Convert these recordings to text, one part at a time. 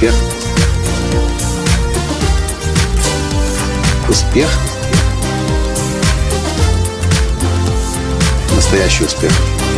Успех. Успех. Настоящий успех.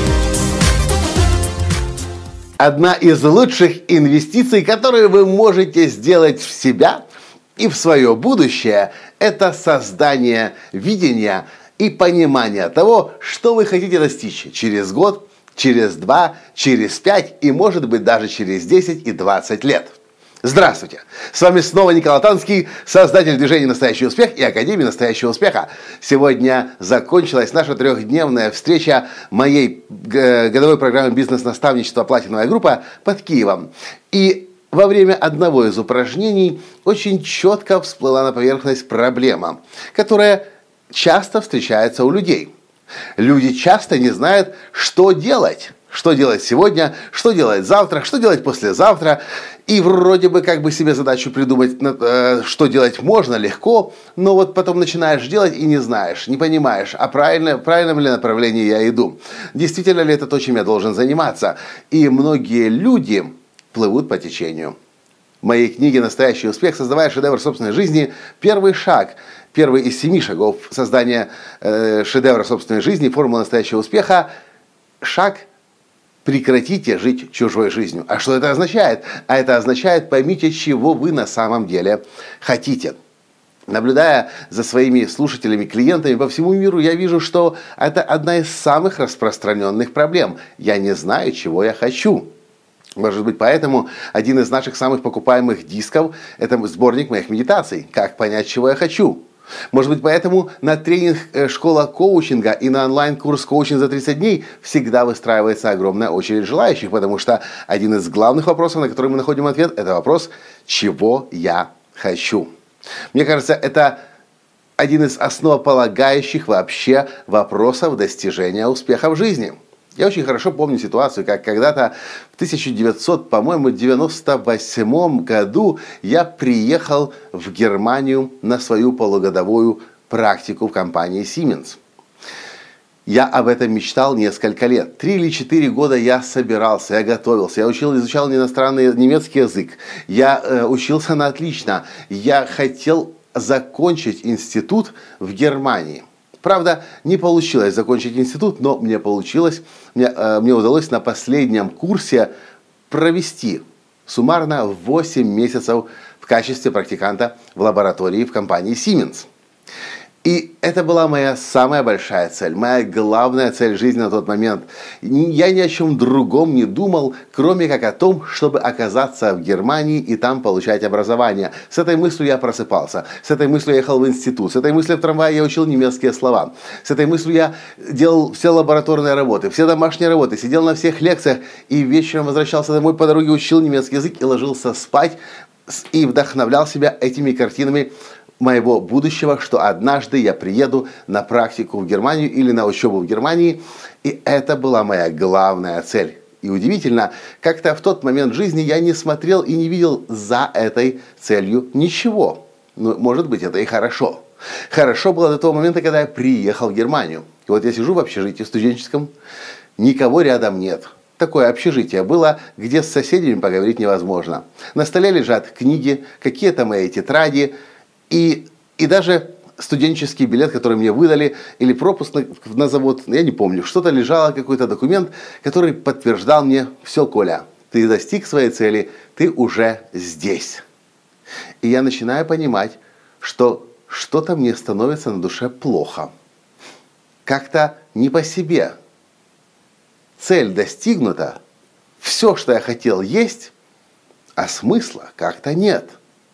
Одна из лучших инвестиций, которые вы можете сделать в себя и в свое будущее, это создание видения и понимания того, что вы хотите достичь через год, через 2, через 5 и, может быть, даже через 10 и 20 лет. Здравствуйте! С вами снова Николай Танский, создатель движения «Настоящий успех» и Академии «Настоящего успеха». Сегодня закончилась наша 3-дневная встреча моей годовой программы «Бизнес-наставничество. Платиновая группа» под Киевом. И во время одного из упражнений очень четко всплыла на поверхность проблема, которая часто встречается у людей. Люди часто не знают, что делать. Что делать сегодня, что делать завтра, что делать послезавтра. И вроде бы как бы себе задачу придумать, что делать можно, легко, но вот потом начинаешь делать и не знаешь, не понимаешь, а правильном ли направлении я иду. Действительно ли это то, чем я должен заниматься. И многие люди плывут по течению. В моей книге «Настоящий успех. Создавая шедевр собственной жизни» первый шаг, первый из 7 шагов создания шедевра собственной жизни, формула настоящего успеха, шаг «Прекратите жить чужой жизнью». А что это означает? А это означает, поймите, чего вы на самом деле хотите. Наблюдая за своими слушателями, клиентами по всему миру, я вижу, что это одна из самых распространенных проблем. Я не знаю, чего я хочу. Может быть, поэтому один из наших самых покупаемых дисков – это сборник моих медитаций «Как понять, чего я хочу». Может быть, поэтому на тренинг «Школа коучинга» и на онлайн-курс «Коучинг за 30 дней» всегда выстраивается огромная очередь желающих, потому что один из главных вопросов, на который мы находим ответ, это вопрос «Чего я хочу?». Мне кажется, это один из основополагающих вообще вопросов достижения успеха в жизни. Я очень хорошо помню ситуацию, как когда-то в 1998 году я приехал в Германию на свою полугодовую практику в компании Siemens. Я об этом мечтал несколько лет. 3 или 4 года я собирался, я готовился, я изучал немецкий язык, я учился на отлично, я хотел закончить институт в Германии. Правда, не получилось закончить институт, но мне удалось на последнем курсе провести суммарно 8 месяцев в качестве практиканта в лаборатории в компании Siemens. И это была моя самая большая цель, моя главная цель жизни на тот момент. Я ни о чем другом не думал, кроме как о том, чтобы оказаться в Германии и там получать образование. С этой мыслью я просыпался, с этой мыслью я ехал в институт, с этой мыслью в трамвае я учил немецкие слова, с этой мыслью я делал все лабораторные работы, все домашние работы, сидел на всех лекциях и вечером возвращался домой, по дороге учил немецкий язык и ложился спать и вдохновлял себя этими картинами моего будущего, что однажды я приеду на практику в Германию или на учебу в Германии, и это была моя главная цель. И удивительно, как-то в тот момент жизни я не смотрел и не видел за этой целью ничего. Ну, может быть, это и хорошо. Хорошо было до того момента, когда я приехал в Германию. И вот я сижу в общежитии студенческом, никого рядом нет. Такое общежитие было, где с соседями поговорить невозможно. На столе лежат книги, какие-то мои тетради, и даже студенческий билет, который мне выдали, или пропуск на завод, я не помню, что-то лежало, какой-то документ, который подтверждал мне: все, Коля, ты достиг своей цели, ты уже здесь. И я начинаю понимать, что что-то мне становится на душе плохо. Как-то не по себе. Цель достигнута, все, что я хотел, есть, а смысла как-то нет.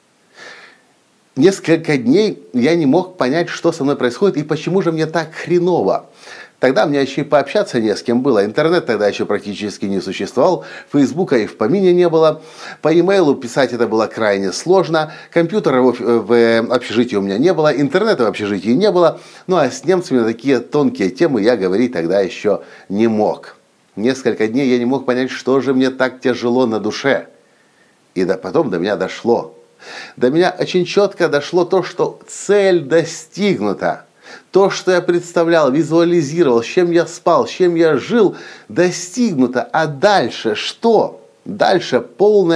Несколько дней я не мог понять, что со мной происходит и почему же мне так хреново. Тогда мне еще и пообщаться не с кем было. Интернет тогда еще практически не существовал. Фейсбука и в помине не было. По e-mail писать это было крайне сложно. Компьютера в общежитии у меня не было. Интернета в общежитии не было. Ну а с немцами на такие тонкие темы я говорить тогда еще не мог. Несколько дней я не мог понять, что же мне так тяжело на душе. И потом до меня дошло. До меня очень четко дошло то, что цель достигнута. То, что я представлял, визуализировал, с чем я спал, с чем я жил, достигнуто. А дальше что? Дальше полное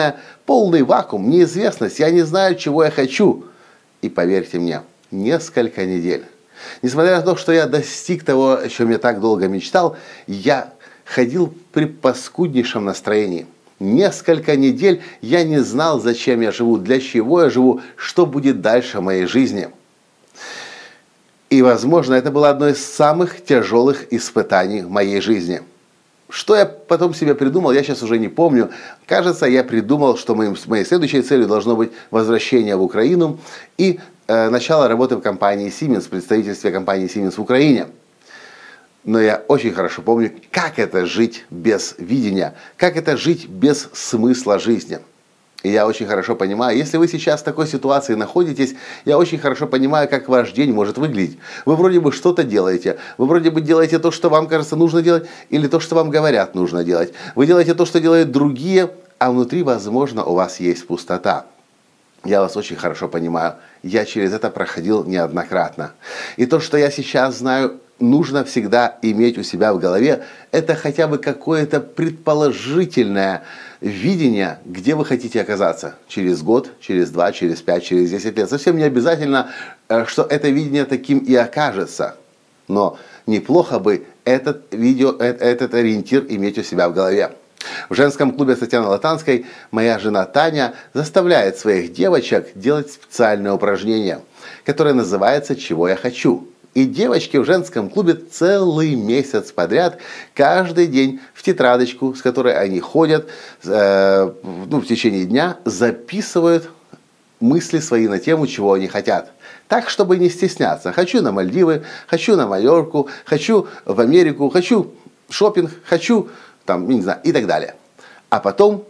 полный вакуум, неизвестность, я не знаю, чего я хочу. И поверьте мне, несколько недель. Несмотря на то, что я достиг того, о чем я так долго мечтал, я ходил при паскуднейшем настроении. Несколько недель я не знал, зачем я живу, для чего я живу, что будет дальше в моей жизни. И, возможно, это было одно из самых тяжелых испытаний в моей жизни. Что я потом себе придумал, я сейчас уже не помню. Кажется, я придумал, что моей следующей целью должно быть возвращение в Украину и начало работы в компании Siemens, в представительстве компании Siemens в Украине. Но я очень хорошо помню, как это жить без видения, как это жить без смысла жизни. И я очень хорошо понимаю, если вы сейчас в такой ситуации находитесь, я очень хорошо понимаю, как ваш день может выглядеть. Вы вроде бы что-то делаете, вы вроде бы делаете то, что вам кажется нужно делать, или то, что вам говорят нужно делать. Вы делаете то, что делают другие, а внутри, возможно, у вас есть пустота. Я вас очень хорошо понимаю, я через это проходил неоднократно. И то, что я сейчас знаю, нужно всегда иметь у себя в голове, это хотя бы какое-то предположительное видение, где вы хотите оказаться. Через год, через 2, через 5, через 10 лет. Совсем не обязательно, что это видение таким и окажется. Но неплохо бы этот ориентир иметь у себя в голове. В женском клубе Татьяны Латанской моя жена Таня заставляет своих девочек делать специальное упражнение, которое называется «Чего я хочу?». И девочки в женском клубе целый месяц подряд, каждый день в тетрадочку, с которой они ходят в течение дня, записывают мысли свои на тему, чего они хотят. Так, чтобы не стесняться. Хочу на Мальдивы, хочу на Майорку, хочу в Америку, хочу шопинг, хочу не знаю, и так далее. А потом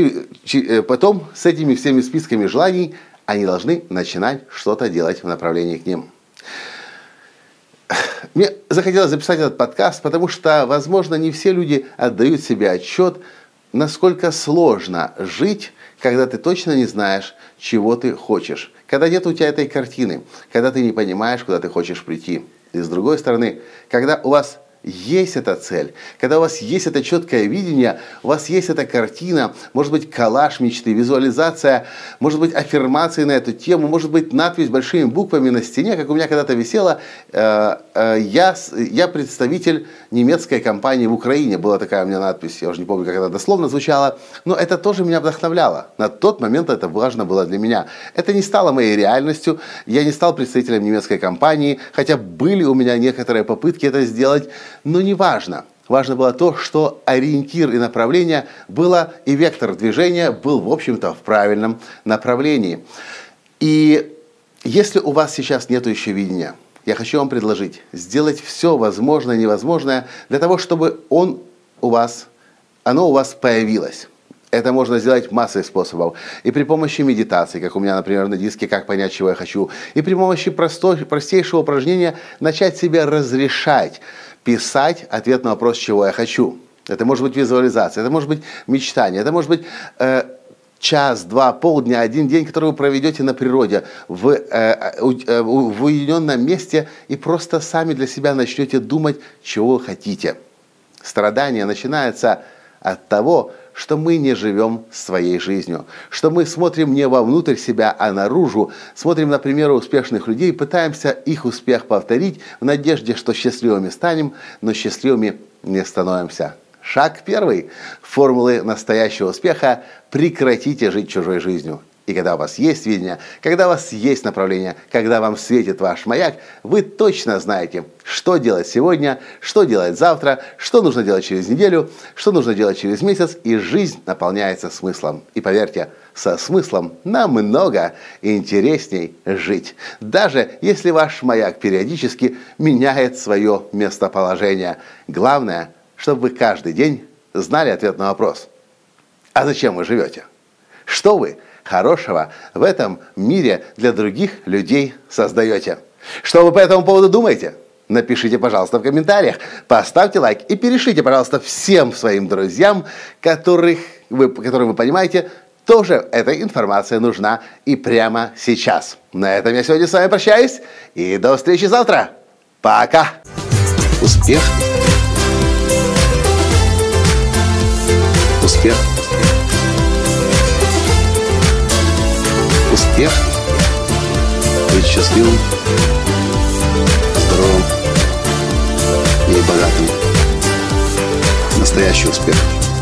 с этими всеми списками желаний они должны начинать что-то делать в направлении к ним. Мне захотелось записать этот подкаст, потому что, возможно, не все люди отдают себе отчет, насколько сложно жить, когда ты точно не знаешь, чего ты хочешь. Когда нет у тебя этой картины, когда ты не понимаешь, куда ты хочешь прийти. И с другой стороны, когда у вас есть эта цель, когда у вас есть это четкое видение, у вас есть эта картина, может быть коллаж мечты, визуализация, может быть аффирмации на эту тему, может быть надпись большими буквами на стене, как у меня когда-то висела, я представитель немецкой компании в Украине, была такая у меня надпись, я уже не помню, как это дословно звучало, но это тоже меня вдохновляло. На тот момент это важно было для меня. Это не стало моей реальностью, я не стал представителем немецкой компании, хотя были у меня некоторые попытки это сделать, но не важно. Важно было то, что ориентир и направление было, и вектор движения был, в общем-то, в правильном направлении. И если у вас сейчас нет еще видения, я хочу вам предложить сделать все возможное и невозможное для того, чтобы оно у вас появилось. Это можно сделать массой способов. И при помощи медитации, как у меня, например, на диске «Как понять, чего я хочу», и при помощи простейшего упражнения начать себе разрешать писать ответ на вопрос, чего я хочу. Это может быть визуализация, это может быть мечтание, это может быть час, два, полдня, один день, который вы проведете на природе, в уединенном месте и просто сами для себя начнете думать, чего вы хотите. Страдание начинается от того, что мы не живем своей жизнью, что мы смотрим не вовнутрь себя, а наружу, смотрим на примеры успешных людей, пытаемся их успех повторить в надежде, что счастливыми станем, но счастливыми не становимся. Шаг первый формулы настоящего успеха – прекратите жить чужой жизнью. И когда у вас есть видение, когда у вас есть направление, когда вам светит ваш маяк, вы точно знаете, что делать сегодня, что делать завтра, что нужно делать через неделю, что нужно делать через месяц, и жизнь наполняется смыслом. И поверьте, со смыслом намного интересней жить. Даже если ваш маяк периодически меняет свое местоположение. Главное, чтобы вы каждый день знали ответ на вопрос. А зачем вы живете? Что вы хорошего в этом мире для других людей создаете? Что вы по этому поводу думаете? Напишите, пожалуйста, в комментариях, поставьте лайк и перешлите, пожалуйста, всем своим друзьям, которым вы понимаете, тоже эта информация нужна и прямо сейчас. На этом я сегодня с вами прощаюсь и до встречи завтра. Пока! Успех! Успех! успех, быть счастливым, здоровым и богатым. Настоящий успех.